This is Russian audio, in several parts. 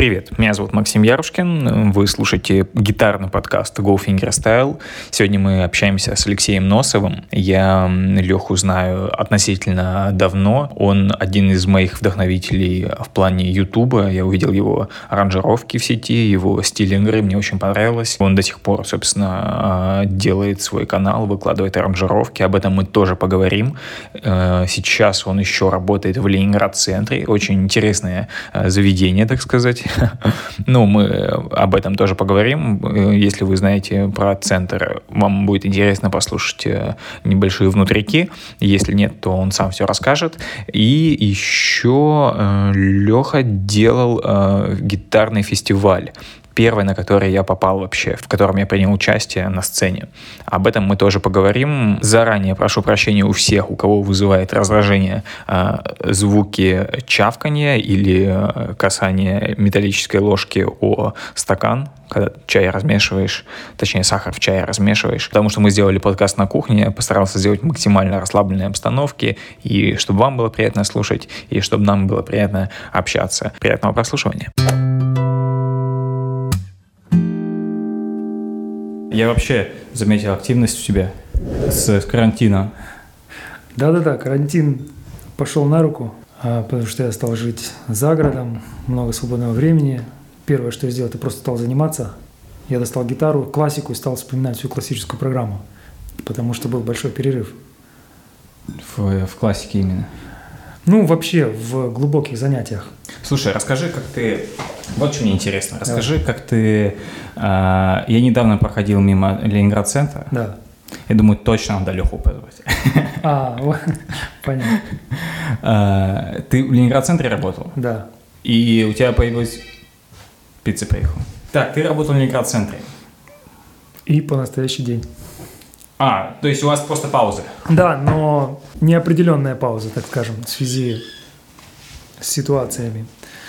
Привет, меня зовут Максим Ярушкин, вы слушаете гитарный подкаст Go Fingerstyle. Сегодня мы общаемся с Алексеем Носовым. Я Леху знаю относительно давно, он один из моих вдохновителей в плане Ютуба. Я увидел его аранжировки в сети, его стиль игры, мне очень понравилось. Он до сих пор, собственно, делает свой канал, выкладывает аранжировки, об этом мы тоже поговорим. Сейчас он еще работает в Ленинград-центре, очень интересное заведение, так сказать. Ну, мы об этом тоже поговорим. Если вы знаете про центр, вам будет интересно послушать небольшие внутрики. Если нет, то он сам все расскажет. И еще Леха делал гитарный фестиваль. Первый, на который я попал вообще, в котором я принял участие на сцене. Об этом мы тоже поговорим. Заранее прошу прощения у всех, у кого вызывает раздражение звуки чавканья или касание металлической ложки о стакан, когда чай размешиваешь, точнее сахар в чае размешиваешь. Потому что мы сделали подкаст на кухне, я постарался сделать максимально расслабленные обстановки, и чтобы вам было приятно слушать, и чтобы нам было приятно общаться. Приятного прослушивания. Я вообще заметил активность у тебя с карантина. Да-да-да, карантин пошел на руку, потому что я стал жить за городом, много свободного времени. Первое, что я сделал, это просто стал заниматься. Я достал гитару, классику и стал вспоминать всю классическую программу, потому что был большой перерыв. В классике именно? Ну, вообще, в глубоких занятиях. Слушай, расскажи, как ты... Вот что мне интересно. Расскажи, как ты... Я недавно проходил мимо Ленинград-центра. Да. Я думаю, точно надо Леху позвать. Понятно. Ты в Ленинград-центре работал? Да. И у тебя появилась... Пицца приехала. Так, ты работал в Ленинград-центре. И по настоящий день. То есть у вас просто пауза? Да, но неопределенная пауза, так скажем, в связи с ситуациями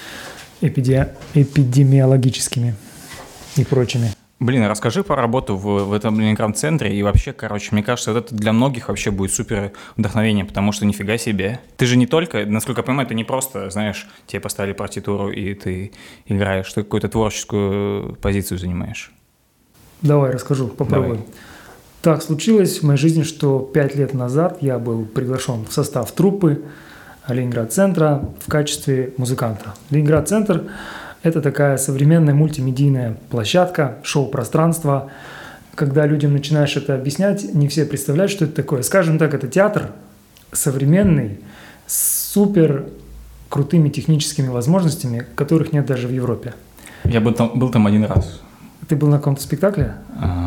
эпидемиологическими и прочими. Блин, расскажи про работу в этом Ленинград-центре и вообще, мне кажется, вот это для многих вообще будет супер вдохновение, потому что нифига себе. Ты же не только, насколько я понимаю, ты не просто, знаешь, тебе поставили партитуру и ты играешь, ты какую-то творческую позицию занимаешь. Давай, расскажу, попробуем. Давай. Так случилось в моей жизни, что 5 лет назад я был приглашен в состав труппы Ленинград-центра в качестве музыканта. Ленинград-центр – это такая современная мультимедийная площадка, шоу-пространство. Когда людям начинаешь это объяснять, не все представляют, что это такое. Скажем так, это театр современный, с супер крутыми техническими возможностями, которых нет даже в Европе. Я был там один раз. Ты был на каком-то спектакле?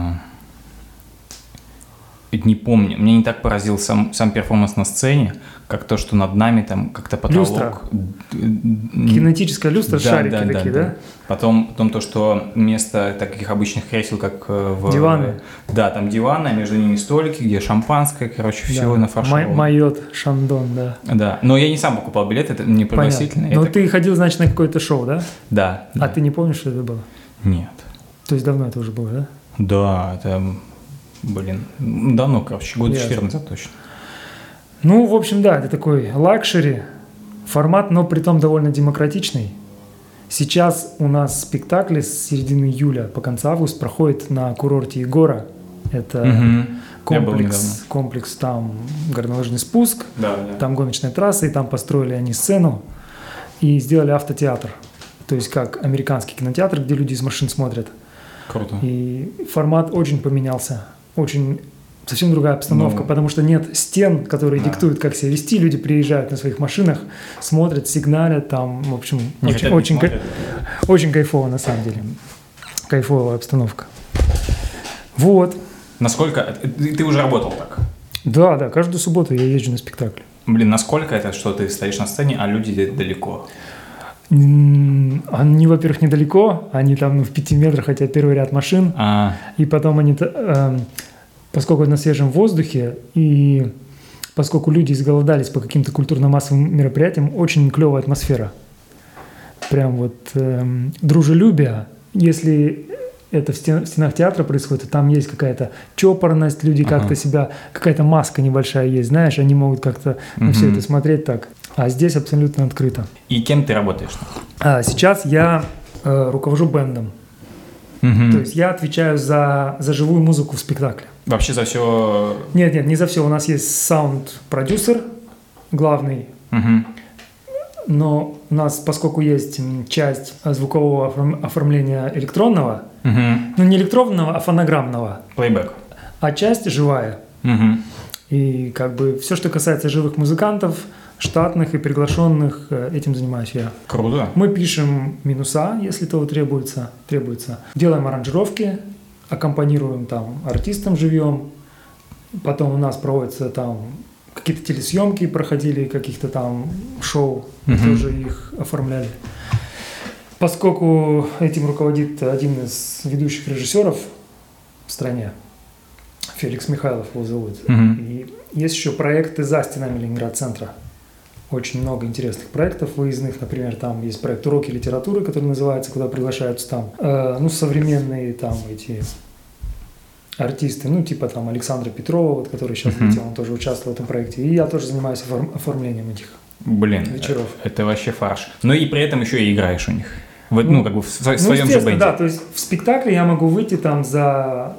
Не помню. Мне не так поразил сам перформанс на сцене, как то, что над нами там как-то потолок. Люстра. Кинетическая люстра, шарики такие, да? Потом то, что вместо таких обычных кресел, как в... Диваны. Да, там диваны, а между ними столики, где шампанское, все нафаршировано. Майот, шандон, да. Да, но я не сам покупал билет, это не пригласительный. Но ты ходил, значит, на какое-то шоу, да? Да. А ты не помнишь, что это было? Нет. То есть давно это уже было, да? Да, это... давно, год 14 точно. Ну, в общем, да, это такой лакшери формат, но притом довольно демократичный. Сейчас у нас спектакли с середины июля по конца августа проходят на курорте Егора. Это комплекс, там горнолыжный спуск, там гоночная трасса, и там построили они сцену и сделали автотеатр. То есть как американский кинотеатр, где люди из машин смотрят. Круто. И формат очень поменялся. Совсем другая обстановка, потому что нет стен, которые диктуют, как себя вести. Люди приезжают на своих машинах, смотрят, сигналят, там, в общем, очень кайфово на самом деле. Кайфовая обстановка. Вот. Насколько... Ты уже работал так? Да, каждую субботу я езжу на спектакль. Блин, насколько это, что ты стоишь на сцене, а люди далеко? Они, во-первых, недалеко, они там в 5 метрах, хотя первый ряд машин. И потом они... Поскольку на свежем воздухе и поскольку люди изголодались по каким-то культурно-массовым мероприятиям, очень клевая атмосфера. Прям вот дружелюбие. Если это в стенах театра происходит, то там есть какая-то чопорность, люди как-то себя, какая-то маска небольшая есть, знаешь, они могут как-то на все это смотреть так. А здесь абсолютно открыто. И кем ты работаешь? Сейчас я руковожу бэндом. Угу. То есть я отвечаю за живую музыку в спектакле. Вообще за все? Нет, не за все. У нас есть саунд-продюсер главный. Угу. Но у нас, поскольку есть часть звукового оформления электронного, ну не электронного, а фонограммного. Плейбэк. А часть живая. Угу. И как бы все, что касается живых музыкантов, штатных и приглашенных, этим занимаюсь я. Круто. Мы пишем минуса, если того требуется. Делаем аранжировки, аккомпанируем там артистам живьем. Потом у нас проводятся там какие-то телесъемки, проходили каких-то там шоу, мы тоже их оформляли. Поскольку этим руководит один из ведущих режиссеров в стране, Феликс Михайлов его зовут. И есть еще проекты за стенами Ленинград-центра. Очень много интересных проектов выездных. Например, там есть проект «Уроки литературы», который называется, куда приглашаются там современные там эти артисты, ну типа там Александра Петрова, вот, который сейчас летел, он тоже участвовал в этом проекте. И я тоже занимаюсь оформлением этих вечеров. Это вообще фарш. Но и при этом еще и играешь у них. Ну, как бы в своем же бенде. Да, то есть в спектакле я могу выйти там за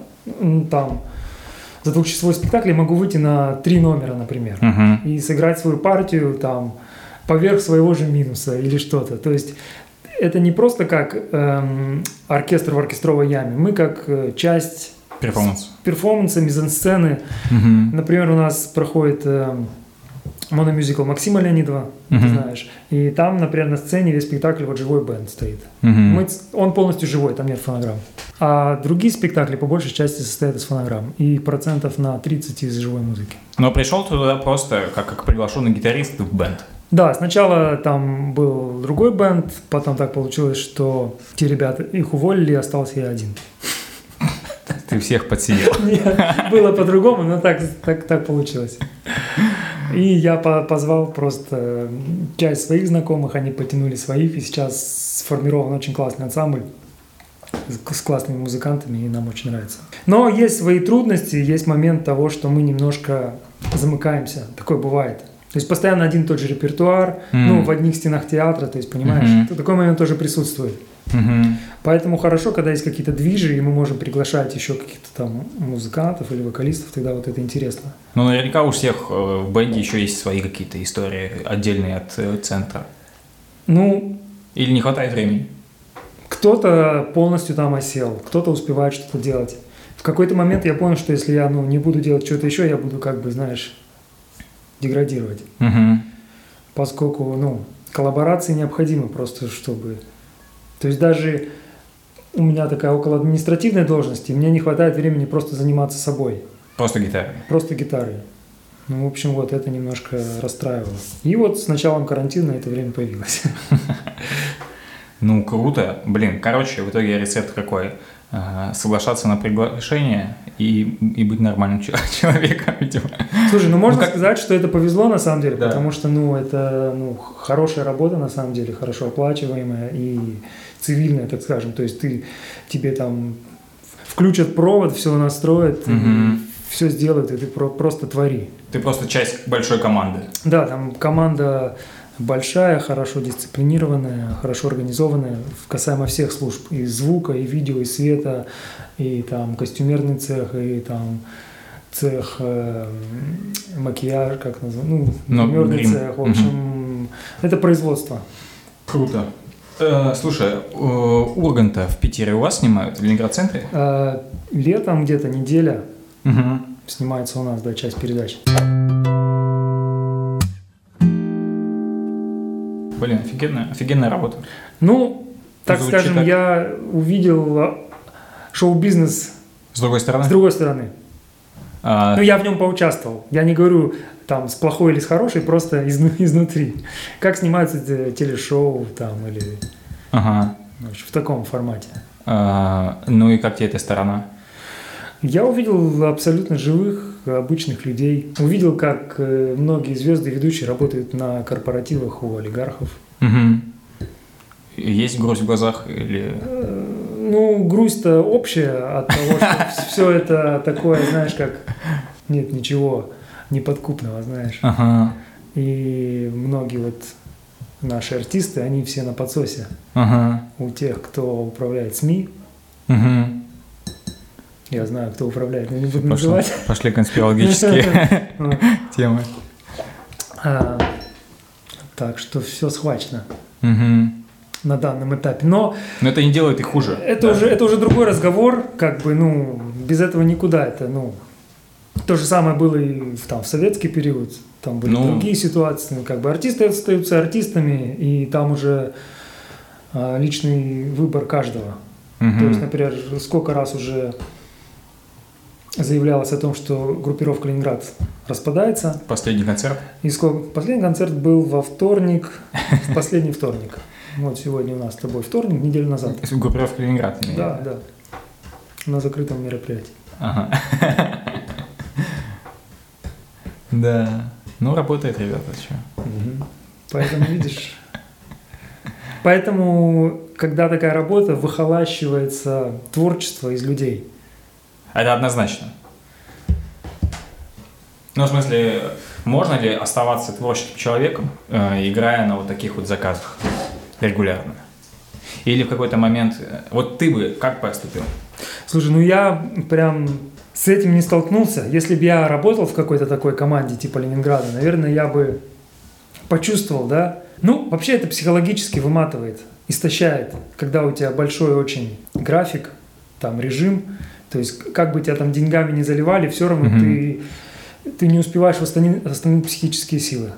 двухчасовой спектакль я могу выйти на 3 номера, например, и сыграть свою партию там поверх своего же минуса или что-то. То есть это не просто как оркестр в оркестровой яме, мы как часть перформанса, мизансцены. Например, у нас проходит мономюзикл Максима Леонидова, ты знаешь, и там, например, на сцене весь спектакль вот живой бэнд стоит. Он полностью живой, там нет фонограмм. А другие спектакли по большей части состоят из фонограмм и процентов на 30 из живой музыки. Но пришел ты туда просто как приглашенный гитарист в бэнд? Да, сначала там был другой бэнд, потом так получилось, что те ребята, их уволили, и остался я один. Ты всех подсидел? Нет, было по-другому, но так получилось. И я позвал просто часть своих знакомых, они потянули своих, и сейчас сформирован очень классный ансамбль с классными музыкантами, и нам очень нравится. Но есть свои трудности, есть момент того, что мы немножко замыкаемся, такое бывает. То есть постоянно один и тот же репертуар, в одних стенах театра, то есть, понимаешь, такой момент тоже присутствует. Поэтому хорошо, когда есть какие-то движи, и мы можем приглашать еще каких-то там музыкантов или вокалистов, тогда вот это интересно. Ну, наверняка у всех в бенде еще есть свои какие-то истории, отдельные от центра. Ну... Или не хватает времени? Кто-то полностью там осел, кто-то успевает что-то делать. В какой-то момент я понял, что если я не буду делать что-то еще, я буду как бы, знаешь, деградировать. Поскольку, коллаборации необходимы просто, чтобы... То есть даже у меня такая около административной должности, мне не хватает времени просто заниматься собой. Просто гитарой? Просто гитарой. В общем, вот это немножко расстраивало. И вот с началом карантина это время появилось. Ну, круто. Блин, короче, в итоге рецепт какой? Соглашаться на приглашение и быть нормальным человеком, видимо. Слушай, можно сказать, что это повезло на самом деле, потому что, это хорошая работа на самом деле, хорошо оплачиваемая и цивильная, так скажем. То есть тебе там включат провод, все настроят, все сделают, и ты просто твори. Ты просто часть большой команды. Да, там команда большая, хорошо дисциплинированная, хорошо организованная, касаемо всех служб, и звука, и видео, и света, и там костюмерный цех, и там цех макияж, как называется, гримерный цех, в общем, это производство. Круто. Слушай, Урганта в Питере у вас снимают, в Ленинград-центре? Летом где-то неделя снимается у нас, часть передач. Блин, офигенная работа. Так скажем, я увидел шоу-бизнес с другой стороны. Я в нем поучаствовал. Я не говорю там с плохой или с хорошей, просто изнутри. Как снимаются телешоу там или в таком формате. И как тебе эта сторона? Я увидел абсолютно живых, обычных людей. Увидел, как многие звезды и ведущие работают на корпоративах у олигархов. Есть грусть в глазах или... Грусть-то общая от того, что все это такое, знаешь, как нет ничего неподкупного, знаешь. И многие наши артисты, они все на подсосе. У тех, кто управляет СМИ. Я знаю, кто управляет, но не буду называть. Пошли конспирологические темы. Так что все схвачено на данном этапе. Но это не делает их хуже. Это уже другой разговор, как бы, без этого никуда. Это, то же самое было и в советский период. Там были другие ситуации. Как бы артисты остаются артистами, и там уже личный выбор каждого. То есть, например, сколько раз уже заявлялось о том, что группировка «Ленинград» распадается. Последний концерт? Последний концерт был во вторник, в последний вторник. Вот сегодня у нас с тобой вторник, неделю назад. Группировка «Ленинград». Да. На закрытом мероприятии. Ага. Да. Работает, ребята, что? Поэтому, видишь... Поэтому, когда такая работа, выхолащивается творчество из людей. Это однозначно. В смысле, можно ли оставаться творческим человеком, играя на вот таких вот заказах регулярно? Или в какой-то момент... Вот ты бы как поступил? Слушай, я прям с этим не столкнулся. Если бы я работал в какой-то такой команде типа «Ленинграда», наверное, я бы почувствовал, да? Вообще это психологически выматывает, истощает, когда у тебя большой очень график, режим, то есть как бы тебя деньгами не заливали, все равно ты не успеваешь восстановить психические силы.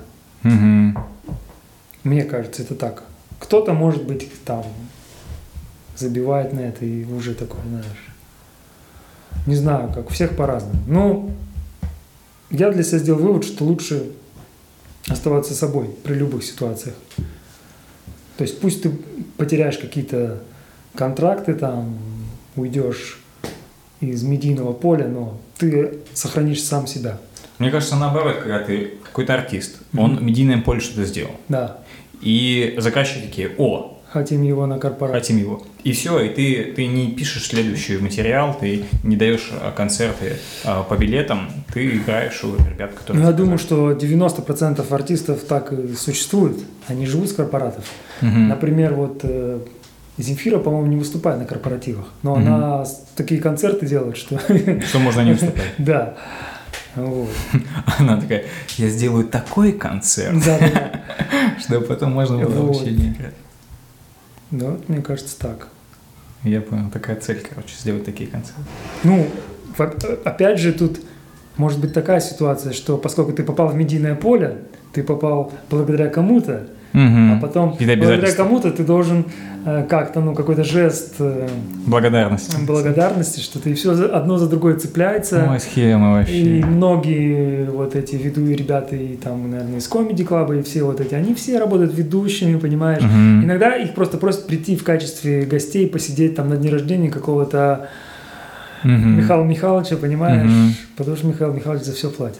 Мне кажется, это так. Кто-то, может быть, забивает на это и уже такой, знаешь, не знаю, как, у всех по-разному. Я для себя сделал вывод, что лучше оставаться собой при любых ситуациях. То есть пусть ты потеряешь какие-то контракты, уйдешь из медийного поля, но ты сохранишь сам себя. Мне кажется, наоборот, когда ты какой-то артист, он в медийном поле что-то сделал. Да. И заказчики такие: хотим его на корпорацию. Хотим его. И все, и ты не пишешь следующий материал, ты не даешь концерты по билетам, ты играешь у ребят, которые... Я думаю, что 90% артистов так и существуют. Они живут с корпоратов. Например, Земфира, по-моему, не выступает на корпоративах, но она такие концерты делает, что... Что можно не выступать. Да. Она такая: я сделаю такой концерт, что потом можно было вообще не играть. Да, мне кажется, так. Я понял, такая цель, сделать такие концерты. Опять же, тут может быть такая ситуация, что поскольку ты попал в медийное поле, ты попал благодаря кому-то, а потом благодаря кому-то ты должен как-то, какой-то жест благодарности, что-то, и все одно за другое цепляется. Схема вообще. И многие эти ребята, и наверное, из Comedy Club, и все эти, они все работают ведущими, понимаешь. Иногда их просто просят прийти в качестве гостей, посидеть на дне рождения какого-то Михаила Михайловича, понимаешь, потому что Михаил Михайлович за все платит.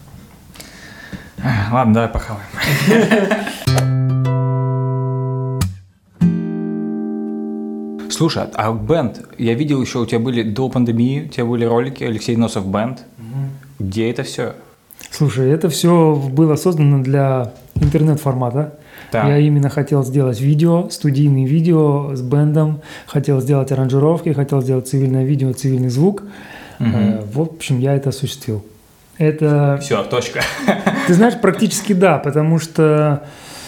Ладно, давай похаваем. Слушай, а бэнд, я видел еще у тебя были до пандемии, у тебя были ролики Алексей Носов бэнд. Где это все? Слушай, это все было создано для интернет-формата. Да. Я именно хотел сделать видео, студийное видео с бэндом, хотел сделать аранжировки, хотел сделать цивильное видео, цивильный звук. В общем, я это осуществил. Это... Все, точка. Ты знаешь, практически да, потому что,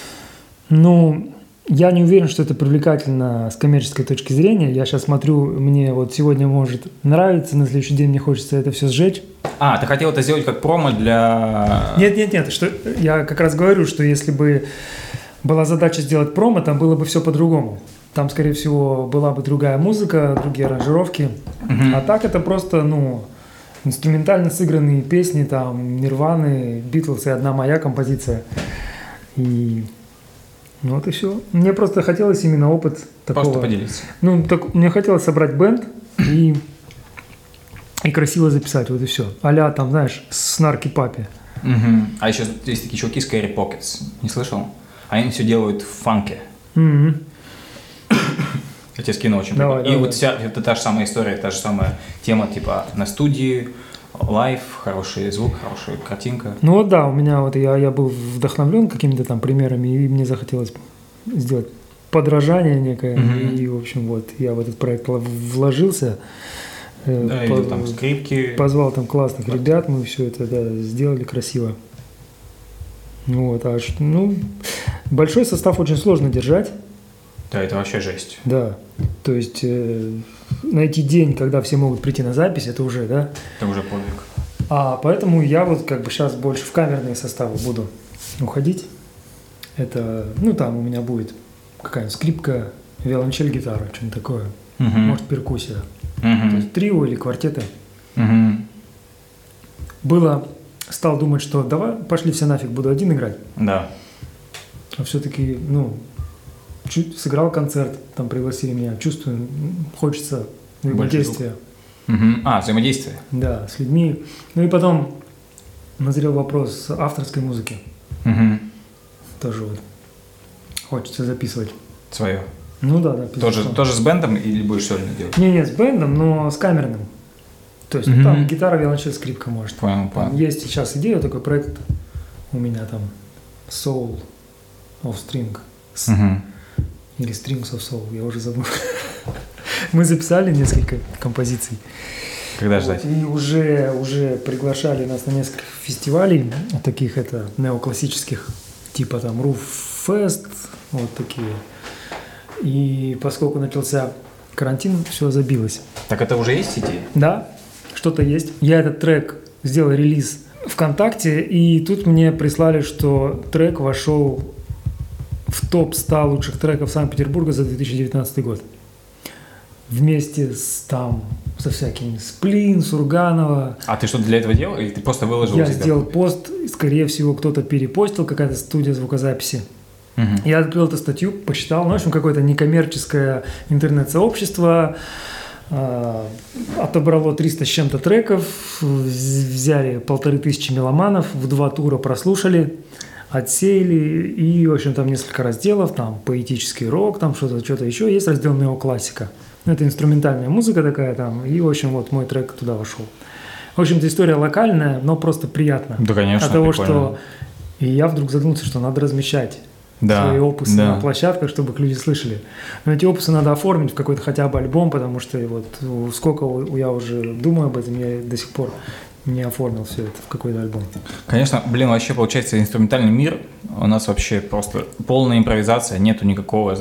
я не уверен, что это привлекательно с коммерческой точки зрения. Я сейчас смотрю, мне сегодня может нравиться, на следующий день мне хочется это все сжечь. Ты хотел это сделать как промо для... Нет, что я как раз говорю, что если бы была задача сделать промо, там было бы все по-другому. Там, скорее всего, была бы другая музыка, другие аранжировки. А так это просто, инструментально сыгранные песни, Нирваны, Битлз и одна моя композиция. И и все. Мне просто хотелось именно опыт такого. Просто поделиться. Мне хотелось собрать бэнд и красиво записать, и все. А-ля знаешь, снарки папе. А еще есть такие чуваки Scary Pockets. Не слышал? Они все делают в фанке. Я тебе скину очень прикольно. И вся это та же самая история, та же самая тема, на студии, лайв, хороший звук, хорошая картинка. Ну вот да, у меня вот я был вдохновлен какими-то там примерами, и мне захотелось сделать подражание некое, и, в общем, вот я в этот проект вложился. Да, или там скрипки. Позвал там классных ребят, мы все это сделали красиво. Вот, большой состав очень сложно держать. Да, это вообще жесть. Да, то есть найти день, когда все могут прийти на запись, это уже, да? Это уже подвиг. Поэтому я вот как бы сейчас больше в камерные составы буду уходить. Это, там у меня будет какая-нибудь скрипка, виолончель, гитара, что-нибудь такое. Может, перкуссия. То есть трио или квартеты. Стал думать, что давай, пошли все нафиг, буду один играть. Да. А все-таки, чуть сыграл концерт, там пригласили меня, чувствую, хочется взаимодействия. Взаимодействие. Да, с людьми. И потом назрел вопрос авторской музыки. Тоже вот хочется записывать. Свое. Да. Тоже с бэндом или будешь сольно делать? Не, с бэндом, но с камерным. То есть там гитара, виолончель, скрипка может. Понял. Есть сейчас идея, такой проект у меня там Soul of String. Или Strings of Soul, я уже забыл. Мы записали несколько композиций. Когда ждать? И уже приглашали нас на несколько фестивалей, таких неоклассических, типа там Roof Fest, вот такие. И поскольку начался карантин, все забилось. Так это уже есть в сети? Да, что-то есть. Я этот трек сделал релиз ВКонтакте, и тут мне прислали, что трек вошел в топ-100 лучших треков Санкт-Петербурга за 2019 год. Вместе со всякими Сплин, Сурганова. А ты что-то для этого делал, или ты просто выложил? Я сделал пост, скорее всего, кто-то перепостил, какая-то студия звукозаписи. Я открыл эту статью, почитал, в общем, какое-то некоммерческое интернет-сообщество, отобрало 300 с чем-то треков, взяли 1500 меломанов, в 2 тура прослушали, отсеяли, и, в общем, там несколько разделов, там поэтический рок, там что-то еще, есть раздел неоклассика. Это инструментальная музыка такая там, и, в общем, вот мой трек туда вошел. В общем-то, история локальная, но просто приятно. Да, конечно, от того, прикольно. что... И я вдруг задумался, что надо размещать свои опусы на площадках, чтобы люди слышали. Но эти опусы надо оформить в какой-то хотя бы альбом, потому что вот сколько я уже думаю об этом, я до сих пор не оформил все это в какой-то альбом. Конечно, вообще получается инструментальный мир у нас вообще просто полная импровизация, нету никакой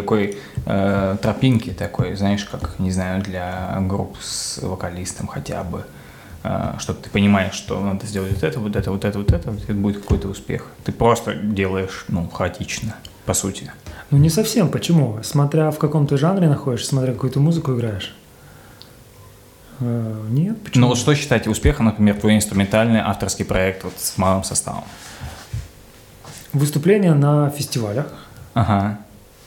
тропинки такой, знаешь, как, не знаю, для групп с вокалистом хотя бы, чтобы ты понимаешь, что надо сделать вот это, будет какой-то успех. Ты просто делаешь, хаотично, по сути. Не совсем, почему? Смотря в каком ты жанре находишься, смотря какую-то музыку играешь. Нет, почему? Вот что считаете успехом, например, твой инструментальный авторский проект с малым составом? Выступления на фестивалях, Ага.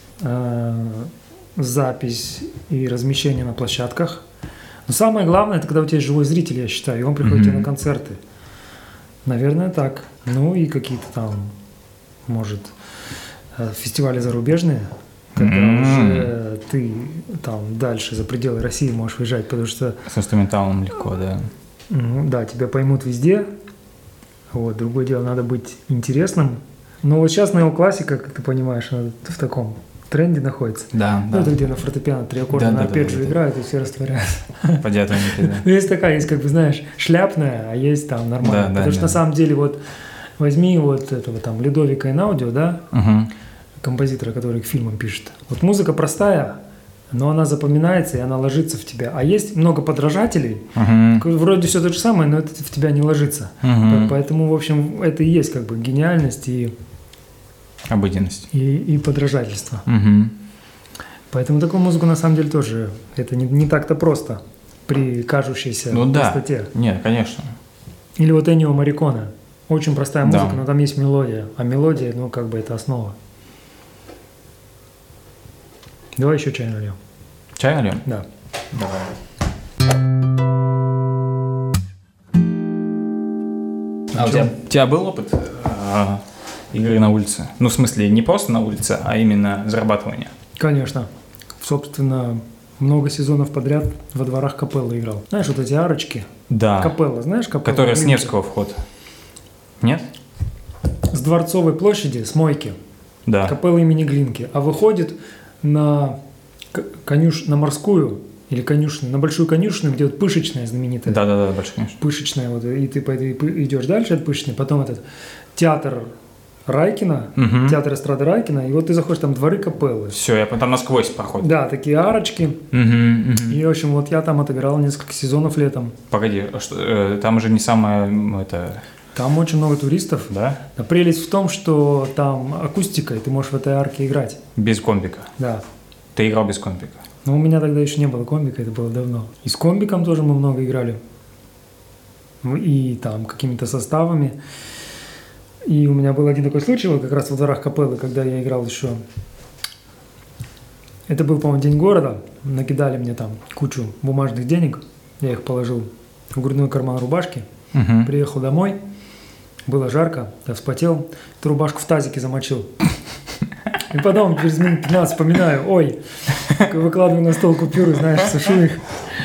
Запись и размещение на площадках. Но самое главное, это когда у тебя есть живой зритель, я считаю, и он приходит тебе на концерты. Наверное, так. И какие-то там, может, фестивали зарубежные, когда уже ты там дальше за пределы России можешь выезжать, потому что... С инструменталом легко, да. Да, тебя поймут везде. Другое дело, надо быть интересным. Но вот сейчас неоклассика, как ты понимаешь, она в таком тренде находится. Да. Это где на фортепиано 3 аккорда на арпеджио играют, и все растворяются. По диатонике, да. Есть такая, есть, знаешь, шляпная, а есть там нормальная. Потому что на самом деле возьми этого там Людовика Эйнаудио, да, композитора, который к фильмам пишет. Музыка простая, но она запоминается, и она ложится в тебя. А есть много подражателей, вроде все то же самое, но это в тебя не ложится. Поэтому, в общем, это и есть гениальность и... Обыденность. И подражательство. Поэтому такую музыку, на самом деле, тоже это не так-то просто при кажущейся простоте. Нет, конечно. Или Эннио Морриконе. Очень простая музыка, но там есть мелодия. А мелодия, это основа. Давай еще чай нальем. Чай нальем? Да. Давай. У тебя был опыт игры на улице? В смысле, не просто на улице, а именно зарабатывания? Конечно. Собственно, много сезонов подряд во дворах капеллы играл. Знаешь, эти арочки, Да. Капелла, знаешь, капелла? Которая с Невского вход. Нет? С Дворцовой площади, с мойки. Да. Капелла имени Глинки. А выходит на морскую или конюшню, на большую конюшню, где вот пышечная знаменитая. Да, большая конюшня. Пышечная, вот, и ты идешь дальше от пышечной, потом этот театр Райкина, театр эстрады Райкина, и вот ты заходишь, там дворы капеллы. Все, я там насквозь проход. Да, такие арочки. И, в общем, вот я там отыграл несколько сезонов летом. Погоди, там же не самое это... Там очень много туристов. Да? Но прелесть в том, что там акустика, и ты можешь в этой арке играть. Без комбика? Да. Ты играл без комбика? Но у меня тогда еще не было комбика, это было давно. И с комбиком тоже мы много играли. И там какими-то составами. И у меня был один такой случай, вот как раз во дворах капеллы, когда я играл еще. Это был, по-моему, День города. Накидали мне там кучу бумажных денег. Я их положил в грудной карман рубашки. Приехал домой. Было жарко, я вспотел. Эту рубашку в тазике замочил. И потом, через минут 15, вспоминаю, ой, выкладываю на стол купюры, знаешь, сушу их.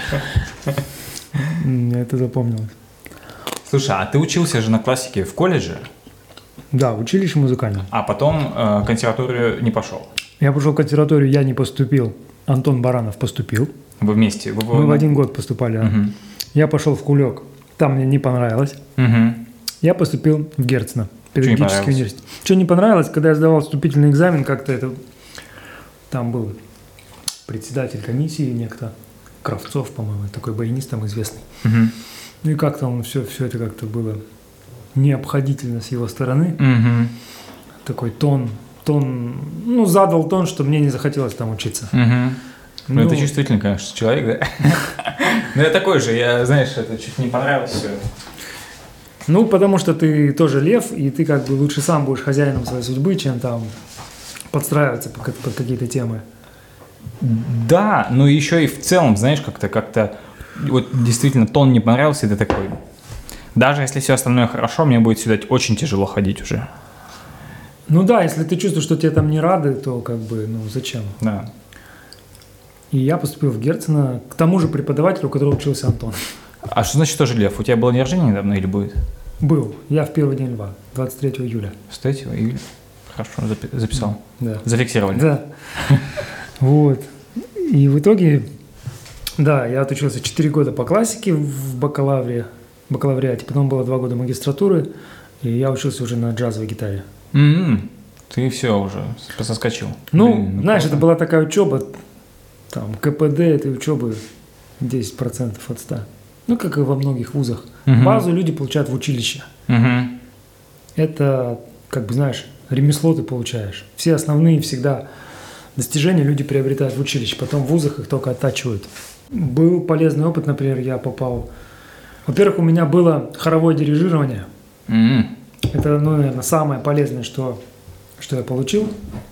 Мне это запомнилось. Слушай, а ты учился же на классике в колледже? Да, в училище музыкальном. А потом в консерваторию не пошел? Я пошел в консерваторию, я не поступил. Антон Баранов поступил. Вы вместе? Мы в один год поступали, да. Я пошел в Кулек, там мне не понравилось. Я поступил в Герцена, педагогический университет. Что не понравилось, когда я сдавал вступительный экзамен, как-то это... Там был председатель комиссии некто, Кравцов, по-моему, такой баянист там известный. Ну и как-то он все это как-то было необходительно с его стороны. Такой тон, ну, задал тон, что мне не захотелось там учиться. Ну, это чувствительный, конечно, человек, да? Ну, я такой же, я, знаешь, это чуть не понравилось все. Ну, потому что ты тоже лев, и ты как бы лучше сам будешь хозяином своей судьбы, чем там подстраиваться под какие-то темы. Да, но еще и в целом, знаешь, как-то вот действительно тон не понравился, и ты такой, даже если все остальное хорошо, мне будет сюда очень тяжело ходить уже. Ну да, если ты чувствуешь, что тебе там не рады, то как бы, ну зачем? Да. И я поступил в Герцена к тому же преподавателю, у которого учился Антон. А что значит тоже лев? У тебя было день рождения недавно или будет? Был. Я в первый день льва, 23 июля. 23 июля? Хорошо, записал. Да. Зафиксировали. Да. Вот. И в итоге, да, я отучился 4 года по классике в бакалавриате, потом было 2 года магистратуры, и я учился уже на джазовой гитаре. Ты все уже соскочил. Ну, знаешь, это была такая учеба, там, КПД этой учебы 10% от 100. Ну, как и во многих вузах. Базу люди получают в училище. Это, как бы, знаешь, ремесло ты получаешь. Все основные всегда достижения люди приобретают в училище, потом в вузах их только оттачивают. Был полезный опыт, например, я попал... Во-первых, у меня было хоровое дирижирование. Это, ну, наверное, самое полезное, что я получил.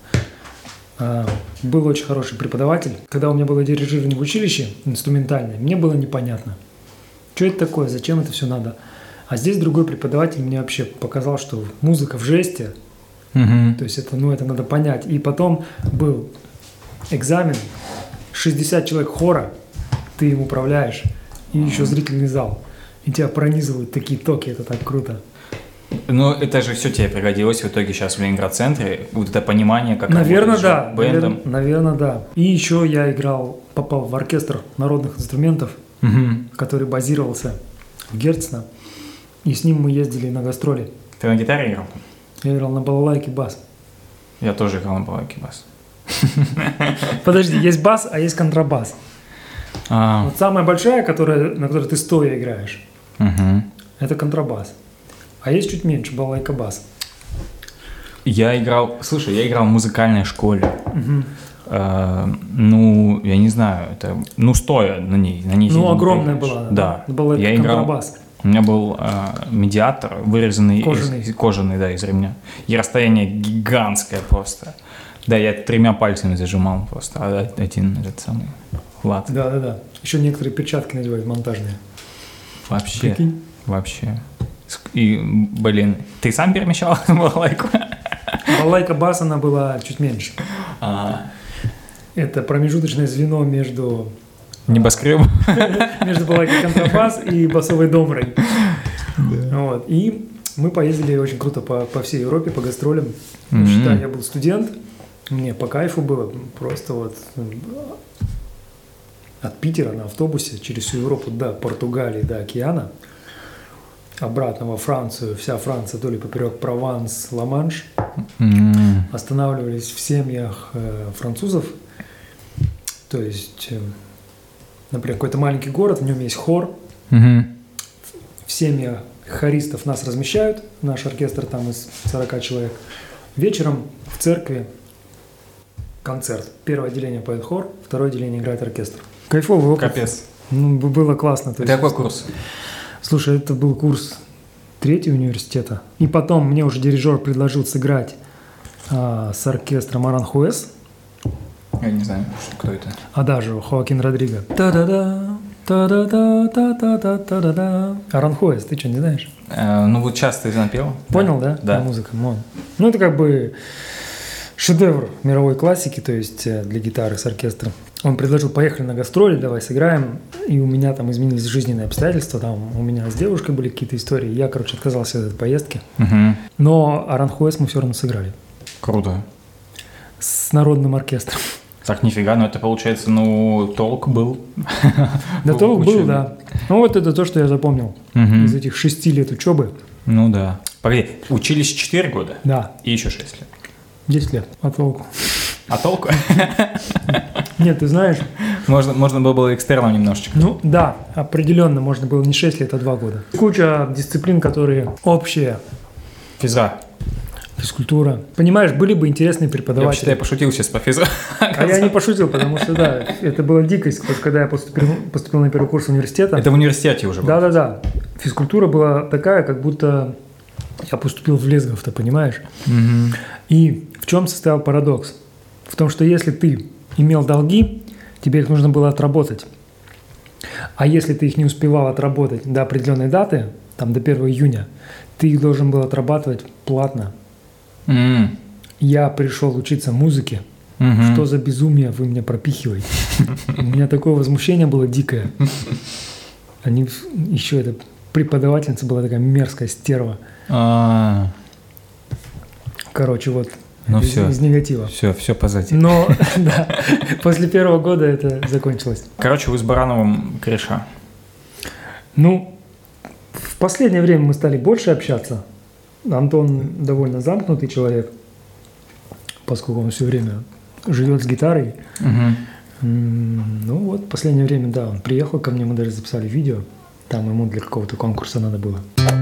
Был очень хороший преподаватель. Когда у меня было дирижирование в училище, инструментальное, мне было непонятно. Что это такое, зачем это все надо? А здесь другой преподаватель мне вообще показал, что музыка в жесте, то есть это, ну, это надо понять. И потом был экзамен, 60 человек хора, ты им управляешь, и еще зрительный зал. И тебя пронизывают такие токи, это так круто. Ну, это же все тебе пригодилось в итоге сейчас в Ленинград-центре, вот это понимание, как наверное, да, бэндом. Наверное, да. И еще я попал в оркестр народных инструментов, который базировался в Герцена, и с ним мы ездили на гастроли. Ты на гитаре играл? Я играл на балалайке бас. Я тоже играл на балалайке бас. Подожди, есть бас, а есть контрабас. Вот самая большая, на которой ты стоя играешь, это контрабас. А есть чуть меньше, балалайка бас. Я играл в музыкальной школе. Ну, я не знаю, это, ну, стоя на ней. Ну, огромная была. Да. Балалайка я играл, контрабас. у меня был медиатор, вырезанный кожаный, да, из ремня. И расстояние гигантское просто. Да, я 3 пальцами зажимал просто один этот самый лад. Да. Еще некоторые перчатки надевают монтажные. Вообще. Прикинь? Вообще. И, блин, ты сам перемещал балалайку? Балалайка бас, она была чуть меньше. Это промежуточное звено между Небоскреб. Между балалайкой контрабас и басовой домрой. Вот. И мы поездили очень круто по всей Европе, по гастролям. Считай, я был студент, мне по кайфу было. Просто вот от Питера на автобусе через всю Европу до Португалии, до океана. Обратно во Францию, вся Франция, то ли поперек Прованс, Ла-Манш. Останавливались в семьях французов. То есть, например, какой-то маленький город, в нем есть хор. В семьях хористов нас размещают, наш оркестр там из 40 человек. Вечером в церкви концерт. Первое отделение поет хор, второе отделение играет оркестр. Кайфовый опыт. Капец. Ну, было классно. Это какой курс? Слушай, это был курс 3-й университета. И потом мне уже дирижер предложил сыграть с оркестром Аранхуэс. Я не знаю, кто это. Адажио, Хоакин Родриго. Та-да-да, та-да-да-та-та-та-та-да-да. Аранхуэс, ты что, не знаешь? Ну вот сейчас ты напел. Понял, да? Да. Музыка. Ну, это как бы шедевр мировой классики, то есть для гитары с оркестром. Он предложил, поехали на гастроли, давай сыграем. И у меня там изменились жизненные обстоятельства. Там у меня с девушкой были какие-то истории. Я, короче, отказался от этой поездки. Но Аранхуэс мы все равно сыграли. Круто. С народным оркестром. Так, нифига, но это получается, толк был. Да, толк был, да. Ну, вот это то, что я запомнил из этих 6 лет учебы. Ну да. Погоди, учились 4 года? Да. И еще 6 лет? 10 лет. А толку? А толку? Нет, ты знаешь... Можно было экстерном немножечко. Ну, да, определенно можно было не 6 лет, а 2 года. Куча дисциплин, которые общие. Физкультура. Понимаешь, были бы интересные преподаватели. Я вообще-то пошутил сейчас по физру. А я не пошутил, потому что, да, это была дикость. Потому что когда я поступил на первый курс университета... Это в университете уже было? Да. Физкультура была такая, как будто я поступил в Лесгов, ты понимаешь? И в чем состоял парадокс? В том, что если ты имел долги, тебе их нужно было отработать. А если ты их не успевал отработать до определенной даты, там до 1 июня, ты их должен был отрабатывать платно. Я пришел учиться музыке. Что за безумие вы меня пропихиваете? У меня такое возмущение было дикое. Еще эта преподавательница была такая мерзкая стерва. Короче, вот из негатива. Все позади. Но да, после 1-го года это закончилось. Короче, вы с Барановым кореша. Ну, в последнее время мы стали больше общаться. Антон довольно замкнутый человек, поскольку он все время живет с гитарой. Ну вот, в последнее время, да, он приехал ко мне, мы даже записали видео. Там ему для какого-то конкурса надо было.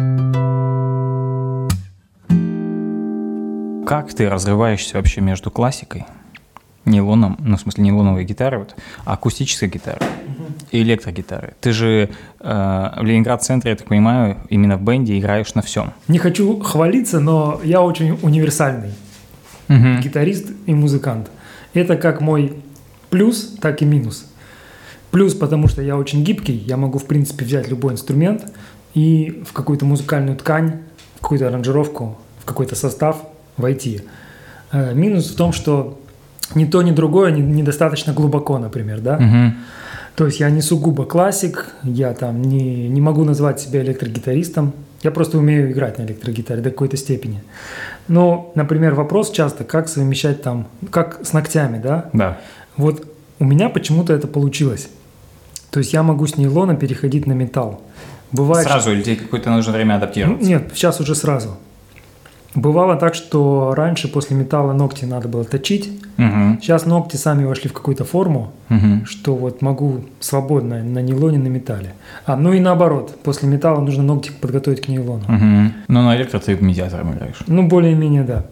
Как ты разрываешься вообще между классикой, нейлоном, ну, в смысле, нейлоновой гитары, а акустической гитарой и электрогитарой? Ты же в Ленинград-центре, я так понимаю, именно в бенде играешь на всем. Не хочу хвалиться, но я очень универсальный гитарист и музыкант. Это как мой плюс, так и минус. Плюс, потому что я очень гибкий, я могу, в принципе, взять любой инструмент и в какую-то музыкальную ткань, в какую-то аранжировку, в какой-то состав войти. Минус в том, что ни то, ни другое недостаточно глубоко, например, да? То есть я не сугубо классик, я там не могу назвать себя электрогитаристом, я просто умею играть на электрогитаре до какой-то степени. Но, например, вопрос часто, как совмещать там, как с ногтями, да? Да. Вот у меня почему-то это получилось. То есть я могу с нейлона переходить на металл. Бывает, сразу или тебе какое-то нужно время адаптироваться? Нет, сейчас уже сразу. Бывало так, что раньше после металла ногти надо было точить. Сейчас ногти сами вошли в какую-то форму, что вот могу свободно на нейлоне, на металле. Ну и наоборот, после металла нужно ногти подготовить к нейлону. Но на электро ты медиатором играешь. Ну, более-менее, да.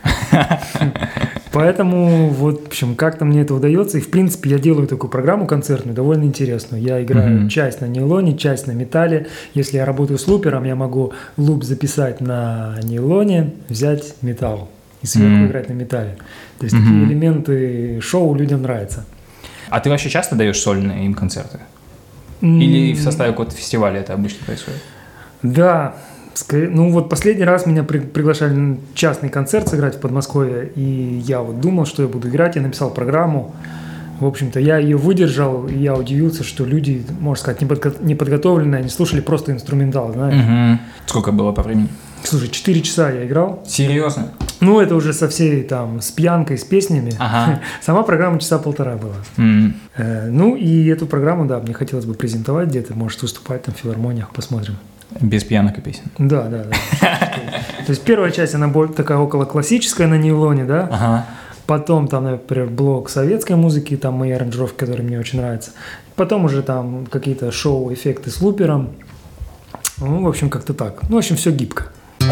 Поэтому, вот, в общем, как-то мне это удается. И, в принципе, я делаю такую программу концертную, довольно интересную. Я играю часть на нейлоне, часть на металле. Если я работаю с лупером, я могу луп записать на нейлоне, взять металл и сверху играть на металле. То есть такие элементы шоу людям нравятся. А ты вообще часто даешь сольные им концерты? Или в составе какого-то фестиваля это обычно происходит? Да. Ну вот последний раз меня приглашали на частный концерт сыграть в Подмосковье, и я вот думал, что я буду играть, я написал программу, В общем-то, я ее выдержал, и я удивился, что люди, можно сказать, неподготовленные, они слушали просто инструментал, знаешь. Сколько было по времени? Слушай, 4 часа я играл. Серьезно? Ну, это уже со всей там, с пьянкой, с песнями. Ага. Сама программа часа полтора была. Ну, и эту программу, да, мне хотелось бы презентовать где-то, может, выступать там в филармониях, посмотрим. Без пьянок и песен. Да. То есть первая часть, она более такая около классическая на нейлоне, да? Ага. Потом там, например, блок советской музыки, там мои аранжировки, которые мне очень нравятся. Потом уже там какие-то шоу-эффекты с лупером. Ну, в общем, как-то так. Ну, в общем, все гибко.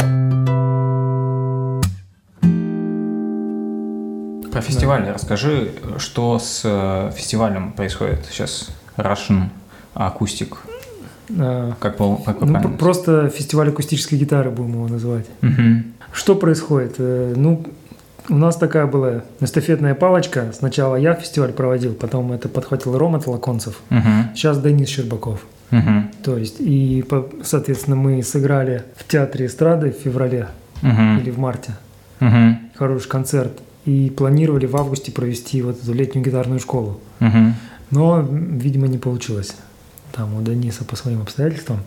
Про фестиваль расскажи, что с фестивалем происходит сейчас? Russian Acoustic. Как правильно? Просто фестиваль акустической гитары будем его называть. Угу. Что происходит? Ну, у нас такая была эстафетная палочка. Сначала я фестиваль проводил, потом это подхватил Рома Толоконцев. Угу. Сейчас Денис Щербаков. Угу. То есть, и, соответственно, мы сыграли в Театре эстрады в феврале или в марте. Хороший концерт. И планировали в августе провести вот эту летнюю гитарную школу. Но, видимо, не получилось. Там у Дениса по своим обстоятельствам.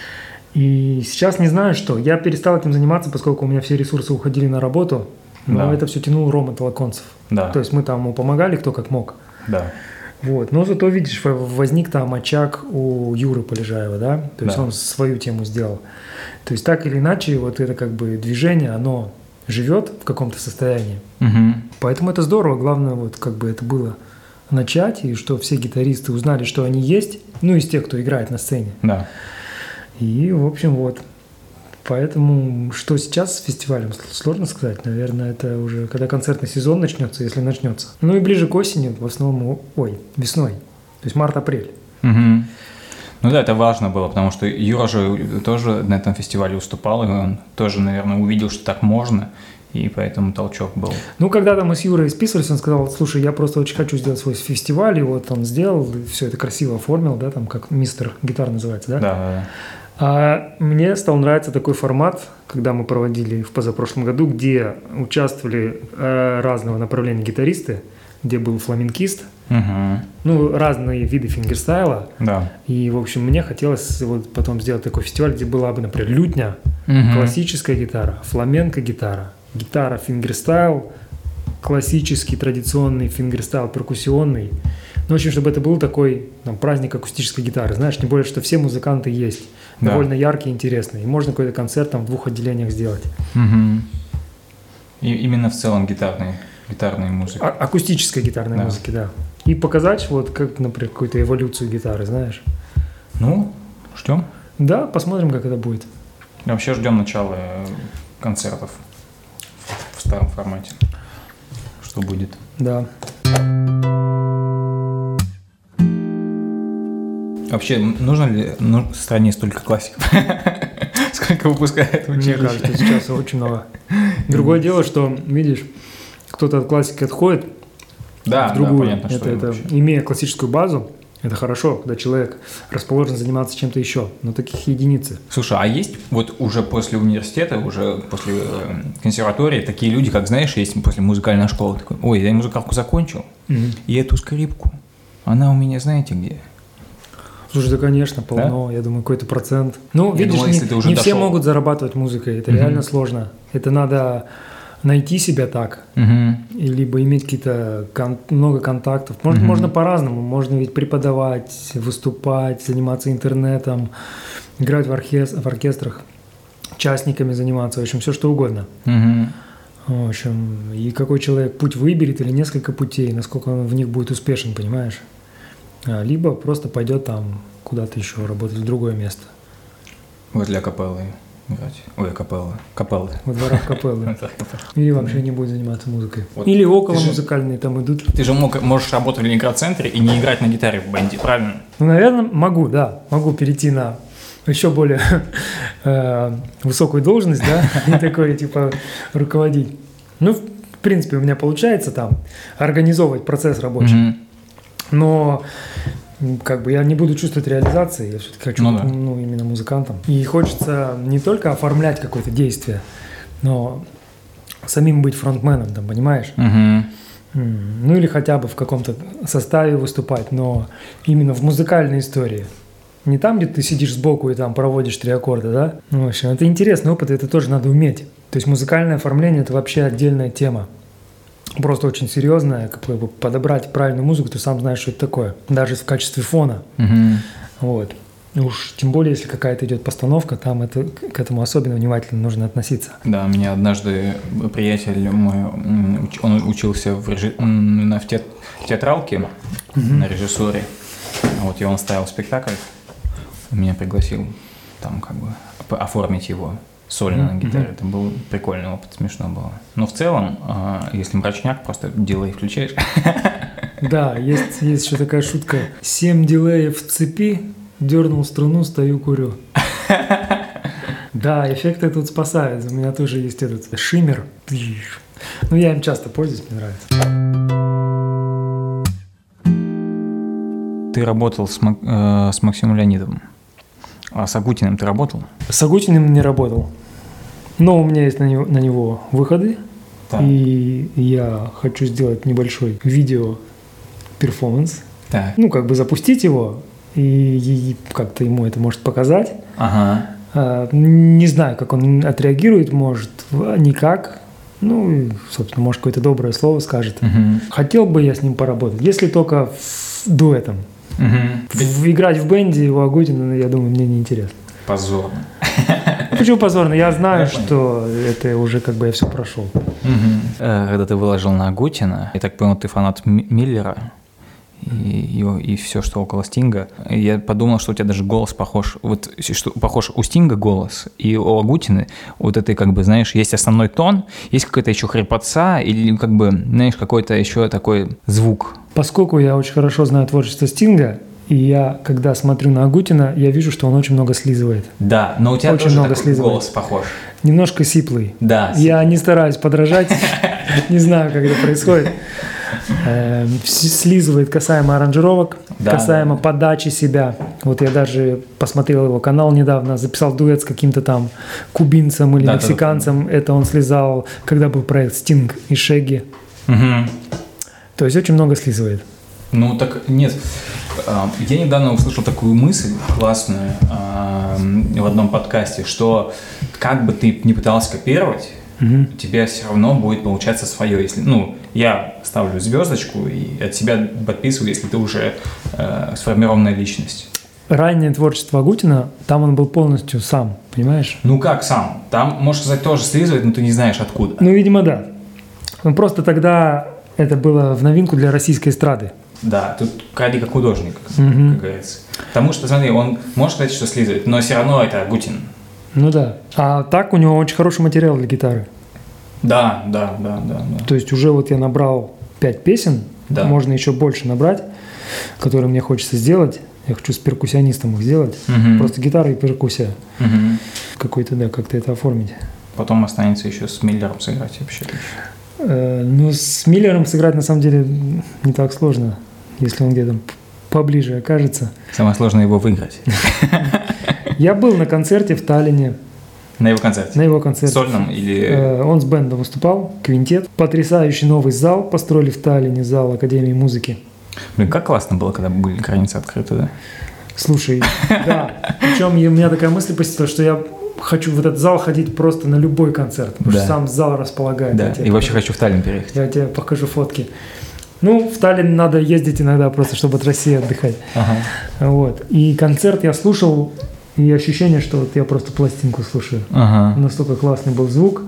И сейчас не знаю, что. Я перестал этим заниматься, поскольку у меня все ресурсы уходили на работу. Но это все тянул Рома Толоконцев. Да. То есть мы там ему помогали, кто как мог. Да. Вот. Но зато, видишь, возник там очаг у Юры Полежаева, да? То есть он свою тему сделал. То есть так или иначе, вот это как бы движение, оно живет в каком-то состоянии. Поэтому это здорово. Главное, вот как бы это было начать, и что все гитаристы узнали, что они есть, ну, из тех, кто играет на сцене. Да. И, в общем, вот. Поэтому, что сейчас с фестивалем, сложно сказать. Наверное, это уже когда концертный сезон начнется, если начнется. Ну и ближе к осени, в основном, весной. То есть март-апрель. Ну да, это важно было, потому что Юра же тоже на этом фестивале выступал, и он тоже, наверное, увидел, что так можно, и поэтому толчок был. Ну, когда-то мы с Юрой списывались, он сказал: слушай, я просто очень хочу сделать свой фестиваль, и вот он сделал, все это красиво оформил, да, там как мистер гитар называется, да? Да. А мне стал нравиться такой формат, когда мы проводили в позапрошлом году, где участвовали разного направления гитаристы, где был фламенкист, ну, разные виды фингерстайла. Да. И, в общем, мне хотелось вот потом сделать такой фестиваль, где была бы, например, лютня, классическая гитара, фламенко-гитара, гитара фингерстайл, классический, традиционный фингерстайл, перкуссионный. Ну, в общем, чтобы это был такой там, праздник акустической гитары. Знаешь, тем более, что все музыканты есть. Да. Довольно яркие, интересные. И можно какой-то концерт там в 2 отделениях сделать. И именно в целом гитарной музыки. Акустической гитарной музыки, да. И показать, вот, как, например, какую-то эволюцию гитары, знаешь. Ну, ждем. Да, посмотрим, как это будет. Вообще ждем начала концертов в старом формате. Что будет. Да. Вообще, нужно ли стране столько классиков? Сколько выпускает училище? Мне кажется, сейчас очень много. Другое дело, что, видишь, кто-то от классики отходит в другую. Понятно, что это имея классическую базу, это хорошо, когда человек расположен заниматься чем-то еще, но таких единицы. Слушай, а есть вот уже после университета, уже после консерватории такие люди, как, знаешь, есть после музыкальной школы, такой: ой, я музыкалку закончил, и эту скрипку, она у меня знаете где? Слушай, да, конечно, полно, я думаю, какой-то процент. Ну, я видишь, думал, не все могут зарабатывать музыкой, это реально сложно. Это надо найти себя так, либо иметь какие-то много контактов. Можно по-разному, можно ведь преподавать, выступать, заниматься интернетом, играть в оркестрах, частниками заниматься, в общем, все что угодно. В общем, и какой человек путь выберет или несколько путей, насколько он в них будет успешен, понимаешь? Либо просто пойдет там куда-то еще работать в другое место. Возле капеллы играть. Ой, капеллы. Во дворах капеллы. Или вообще не будет заниматься музыкой. Или около музыкальные там идут. Ты же можешь работать в Ленинград-центре и не играть на гитаре в бенде, правильно? Ну, наверное, могу, да. Могу перейти на еще более высокую должность, да, и такой, типа, руководить. Ну, в принципе, у меня получается там организовывать процесс рабочий. Но как бы я не буду чувствовать реализации, я все-таки хочу быть именно музыкантом. И хочется не только оформлять какое-то действие, но самим быть фронтменом, там, понимаешь? Ну или хотя бы в каком-то составе выступать, но именно в музыкальной истории. Не там, где ты сидишь сбоку и там проводишь 3 аккорда, да? Ну, в общем, это интересный опыт, и это тоже надо уметь. То есть музыкальное оформление – это вообще отдельная тема. Просто очень серьезная, как бы подобрать правильную музыку, ты сам знаешь, что это такое. Даже в качестве фона. Вот. Уж тем более, если какая-то идет постановка, там это, к этому особенно внимательно нужно относиться. Да, меня однажды приятель мой, он учился в театралке, на режиссуре. Вот, и он ставил спектакль, меня пригласил там как бы оформить его сольно на гитаре. Это был прикольный опыт, смешно было. Но в целом, если мрачняк, просто дилей включаешь. Да, есть еще такая шутка. 7 дилеев в цепи, дернул струну, стою, курю. Да, эффекты тут спасают. У меня тоже есть этот шиммер. Ну, я им часто пользуюсь, мне нравится. Ты работал с Максимом Леонидовым. А с Агутиным ты работал? С Агутиным не работал. Но у меня есть на него выходы. Да. И я хочу сделать небольшой видео-перформанс. Так. Ну, как бы запустить его. И как-то ему это может показать. Ага. Не знаю, как он отреагирует, может, никак. Ну, и, собственно, может, какое-то доброе слово скажет. Хотел бы я с ним поработать, если только дуэтом. Играть в бенде у Агутина, я думаю, мне неинтересно. Позорно. Почему позорно? Я знаю, что это уже как бы я все прошел. Когда ты выложил на Агутина, я так понял, ты фанат Миллера и все, что около Стинга. Я подумал, что у тебя даже голос похож. Вот что похож у Стинга голос, и у Агутина вот это, как бы, знаешь, есть основной тон, есть какая-то еще хрипотца, или, как бы, знаешь, какой-то еще такой звук. Поскольку я очень хорошо знаю творчество Стинга, и я, когда смотрю на Агутина, я вижу, что он очень много слизывает. Да, но у тебя очень тоже много такой голос похож. Немножко сиплый. Да. Я не стараюсь подражать, не знаю, как это происходит. Слизывает касаемо аранжировок, касаемо подачи себя. Вот я даже посмотрел его канал недавно, записал дуэт с каким-то там кубинцем или мексиканцем. Это он слизал, когда был проект Стинг и Шегги. То есть очень много слизывает. Ну так нет. Я недавно услышал такую мысль классную в одном подкасте, что как бы ты ни пытался копировать, у тебя все равно будет получаться свое. Если, я ставлю звездочку и от себя подписываю, если ты уже сформированная личность. Раннее творчество Агутина, там он был полностью сам, понимаешь? Ну как сам? Там, можно сказать, тоже слизывает, но ты не знаешь откуда. Ну, видимо, да. Он просто тогда это было в новинку для российской эстрады. Да, тут кради как художник, как говорится. Потому что, смотри, он может сказать, что слизывает, но все равно это Агутин. Ну да. А так у него очень хороший материал для гитары. Да. То есть уже вот я набрал 5 песен, можно еще больше набрать, которые мне хочется сделать. Я хочу с перкуссионистом их сделать. Просто гитара и перкуссия. Какой-то, как-то это оформить. Потом останется еще с Миллером сыграть вообще. Ну, с Миллером сыграть на самом деле не так сложно, если он где-то поближе окажется. Самое сложное его выиграть. Я был на концерте в Таллине. На его концерте? На его концерте. Сольном или… Он с бэндом выступал, квинтет. Потрясающий новый зал построили в Таллине, зал Академии музыки. Блин, как классно было, когда были границы открыты, да? Слушай, да. Причем у меня такая мысль посетила, что я хочу в этот зал ходить просто на любой концерт, потому что сам зал располагает. Да, и вообще хочу в Таллин переехать. Я тебе покажу фотки. Ну, в Таллин надо ездить иногда просто, чтобы от России отдыхать. Вот. И концерт я слушал, и ощущение, что вот я просто пластинку слушаю. Настолько классный был звук.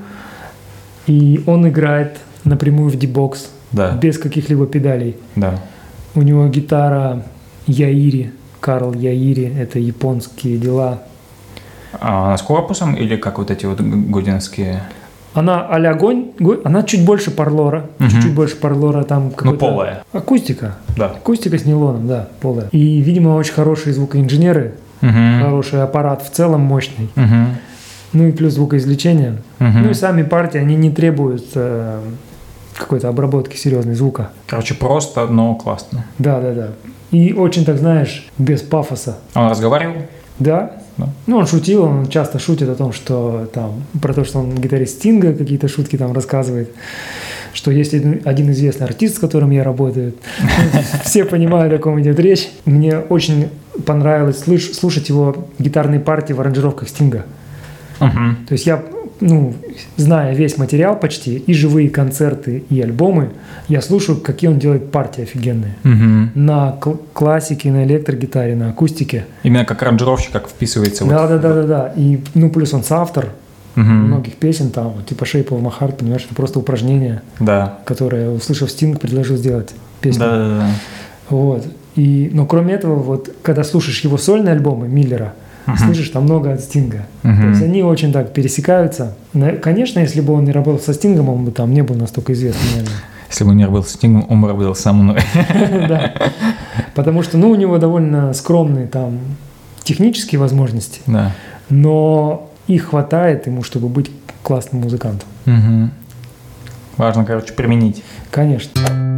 И он играет напрямую в D-Box, без каких-либо педалей. Да. У него гитара Яири, Карл Яири, это японские дела. А она с корпусом или как вот эти вот годиновские? Она а-ля она чуть больше парлора, чуть-чуть больше парлора, там какой-то… Ну, полая. Акустика. Да. Акустика с нейлоном, да, полая. И, видимо, очень хорошие звукоинженеры, хороший аппарат в целом мощный. Ну и плюс звукоизвлечение. Ну и сами партии, они не требуют какой-то обработки серьезной звука. Короче, просто, но классно. Да. И очень, так знаешь, без пафоса. Он разговаривал? Да. да. Ну, он шутил, он часто шутит о том, что там, про то, что он гитарист Стинга, какие-то шутки там рассказывает, что есть один известный артист, с которым я работаю. Все понимают, о ком идет речь. Мне очень понравилось слушать его гитарные партии в аранжировках Стинга. То есть я, зная весь материал почти, и живые концерты, и альбомы, я слушаю, какие он делает партии офигенные. На классике, на электрогитаре, на акустике. Именно как аранжировщик, как вписывается. Да. И, плюс он соавтор многих песен, там, типа Shape of My Heart, понимаешь, это просто упражнение, которое, услышав Стинг, предложил сделать песню. Да. Вот. Но кроме этого, вот, когда слушаешь его сольные альбомы Миллера, слышишь, там много от Стинга. То есть они очень так пересекаются. Конечно, если бы он не работал со Стингом, он бы там не был настолько известным, наверное. Если бы он не работал со Стингом, он бы работал со мной. Да. Потому что, у него довольно скромные там технические возможности. Да. Но их хватает ему, чтобы быть классным музыкантом. Важно, применить. Конечно.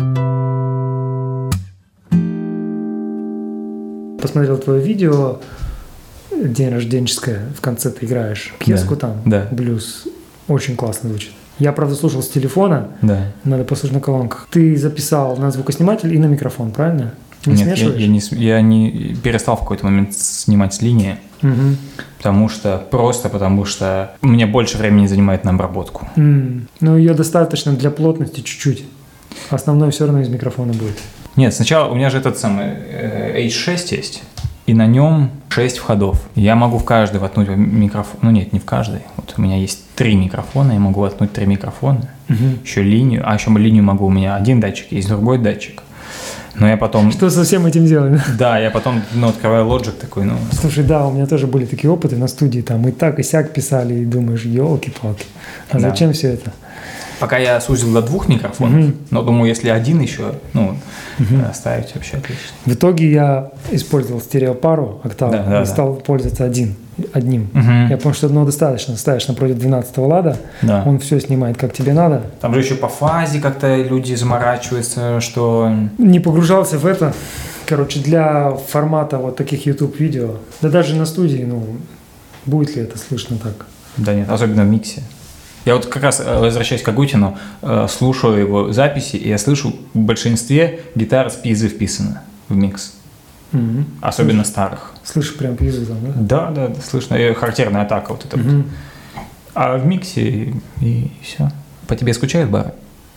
Посмотрел твое видео, день рожденческое, в конце ты играешь пьеску блюз. Очень классно звучит. Я, правда, слушал с телефона, надо послушать на колонках. Ты записал на звукосниматель и на микрофон, правильно? Не Нет, смешиваешь? я не перестал в какой-то момент снимать с линии, потому что мне больше времени занимает на обработку. Ее достаточно для плотности чуть-чуть. Основное все равно из микрофона будет. Нет, сначала у меня же этот самый H6 есть, и на нем 6 входов. Я могу в каждый воткнуть микрофон. Нет, не в каждый. Вот у меня есть 3 микрофона, я могу воткнуть 3 микрофона, еще линию. А еще линию могу, у меня один датчик, есть другой датчик. Но я потом... Что со всем этим делать? Да, я потом открываю Logic такой, Слушай, да, у меня тоже были такие опыты на студии, там и так, и сяк писали, и думаешь, елки-палки, зачем все это? Пока я сузил до 2 микрофонов, но думаю, если один еще, оставить вообще отлично. В итоге я использовал стереопару октаву и стал пользоваться одним. Я понял, что одного достаточно. Ставишь напротив 12-го лада, он все снимает, как тебе надо. Там же еще по фазе как-то люди заморачиваются, что... Не погружался в это. Для формата вот таких YouTube-видео, да даже на студии, будет ли это слышно так? Да нет, особенно в миксе. Я вот как раз, возвращаясь к Агутину, слушаю его записи, и я слышу, в большинстве гитара с пьезы вписана в микс. Особенно старых. Слышишь прям пьезу там, да? Да, слышно. И характерная атака вот эта вот. А в миксе и все. По тебе скучают бары?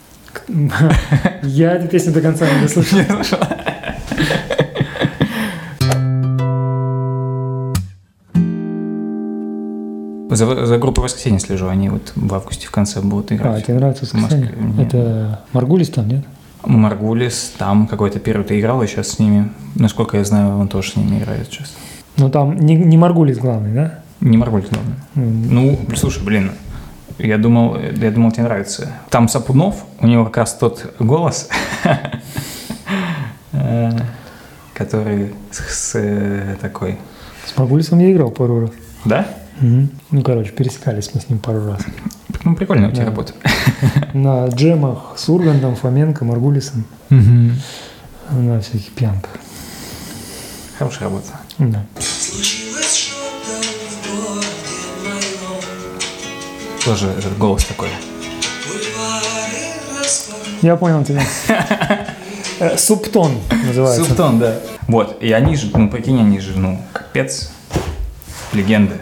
Я эту песню до конца не дослушал. За группой «Воскресенье» слежу, они вот в августе в конце будут играть. Тебе нравится «Воскресенье»? Это Маргулис там, нет? Маргулис, там какой-то первый ты играл, и сейчас с ними, насколько я знаю, он тоже с ними играет сейчас. Ну там не Маргулис главный, да? Не Маргулис главный. Слушай, я думал, тебе нравится. Там Сапунов, у него как раз тот голос, который такой... С Маргулисом я играл пару раз. Да? Пересекались мы с ним пару раз. Прикольная у тебя работа. На джемах с Ургантом, Фоменко, Маргулисом. На всяких пьянках. Хорошая работа. Да. Тоже этот голос такой. Я понял тебя. Субтон называется. Субтон, да. Вот, и они же, прикинь, они же, капец, легенды.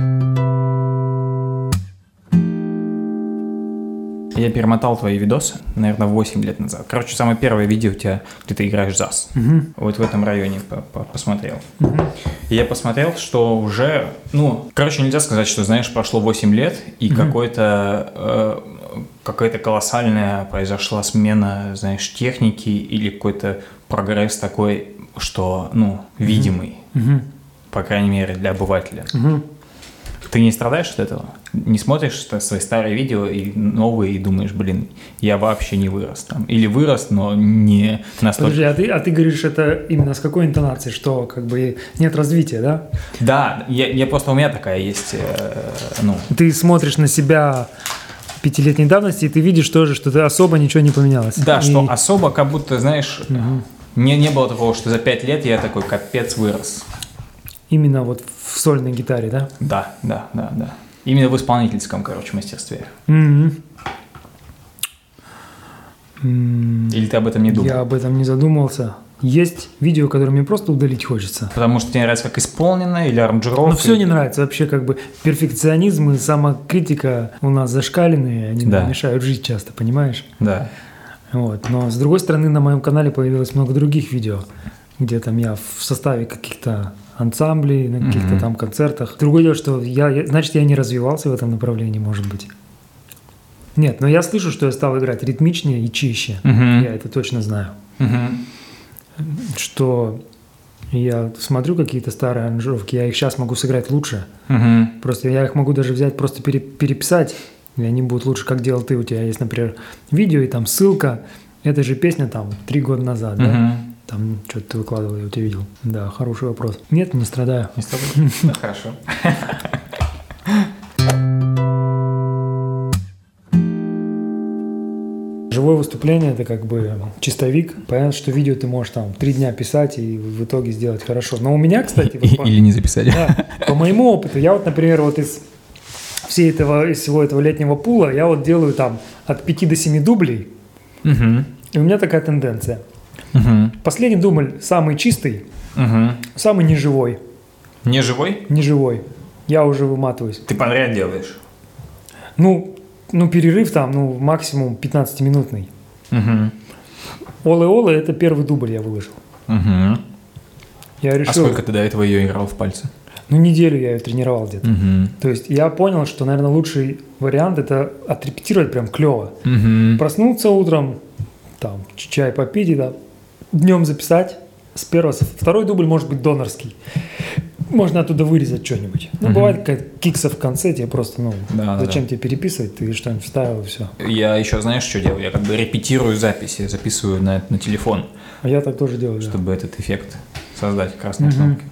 Я перемотал твои видосы, наверное, 8 лет назад. Короче, самое первое видео у тебя, где ты играешь ЗАС. Вот в этом районе посмотрел. И я посмотрел, что уже, нельзя сказать, что, знаешь, прошло 8 лет, и какая-то колоссальная произошла смена, знаешь, техники или какой-то прогресс такой, что, видимый, по крайней мере, для обывателя. Ты не страдаешь от этого? Не смотришь свои старые видео и новые и думаешь, я вообще не вырос там. Или вырос, но не настолько... Подожди, а ты говоришь это именно с какой интонацией, что нет развития, да? Да, я просто, у меня такая есть, Ты смотришь на себя 5-летней давности, и ты видишь тоже, что ты особо ничего не поменялось. Да, что особо как будто, знаешь, не было такого, что за 5 лет я такой капец вырос. Именно вот в сольной гитаре, да? Да. Именно в исполнительском, мастерстве. Или ты об этом не думал? Я об этом не задумывался. Есть видео, которые мне просто удалить хочется. Потому что тебе нравится как исполнено или аранжировка? Ну, все не нравится. Вообще, перфекционизм и самокритика у нас зашкаленные, они нам мешают жить часто, понимаешь? Да. Вот. Но, с другой стороны, на моем канале появилось много других видео, где там я в составе каких-то ансамблей, на каких-то там концертах. Другое дело, что я не развивался в этом направлении, может быть. Нет, но я слышу, что я стал играть ритмичнее и чище. Я это точно знаю. Что я смотрю какие-то старые аранжировки, я их сейчас могу сыграть лучше. Просто я их могу даже взять, просто переписать, и они будут лучше, как делал ты. У тебя есть, например, видео и там ссылка. Это же песня там 3 года назад, да? Там что-то ты выкладывал, я у тебя видел. Да, хороший вопрос. Нет, не страдаю. Не страдаю? Ну, хорошо. Живое выступление – это чистовик. Понятно, что видео ты можешь там 3 дня писать и в итоге сделать хорошо. Но у меня, кстати… Или не записать. Да, по моему опыту, я например, из всего этого летнего пула, я делаю там от 5 до 7 дублей. И у меня такая тенденция. Последний дубль самый чистый, самый неживой. Неживой? Неживой. Я уже выматываюсь. Ты подряд делаешь? Ну, перерыв там, максимум 15-минутный. Олы-олы – это первый дубль я выложил. Я решил… А сколько ты до этого ее играл в пальцы? Неделю я ее тренировал где-то. То есть я понял, что, наверное, лучший вариант – это отрепетировать прям клево. Проснуться утром, там, чай попить и днем записать с первого. Второй дубль может быть донорский. Можно оттуда вырезать что-нибудь. Бывает какая-то кикса в конце, тебе просто, зачем тебе переписывать, ты что-нибудь вставил и все. Я еще, знаешь, что делаю? Я репетирую записи, записываю на телефон. А я так тоже делаю, чтобы этот эффект создать красной кнопкой.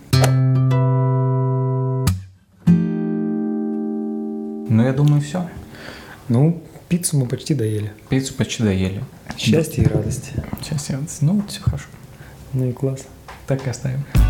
Ну, я думаю, все. Пиццу мы почти доели. Счастье и радость. Счастье и радость. Ну, все хорошо. Ну и класс. Так и оставим.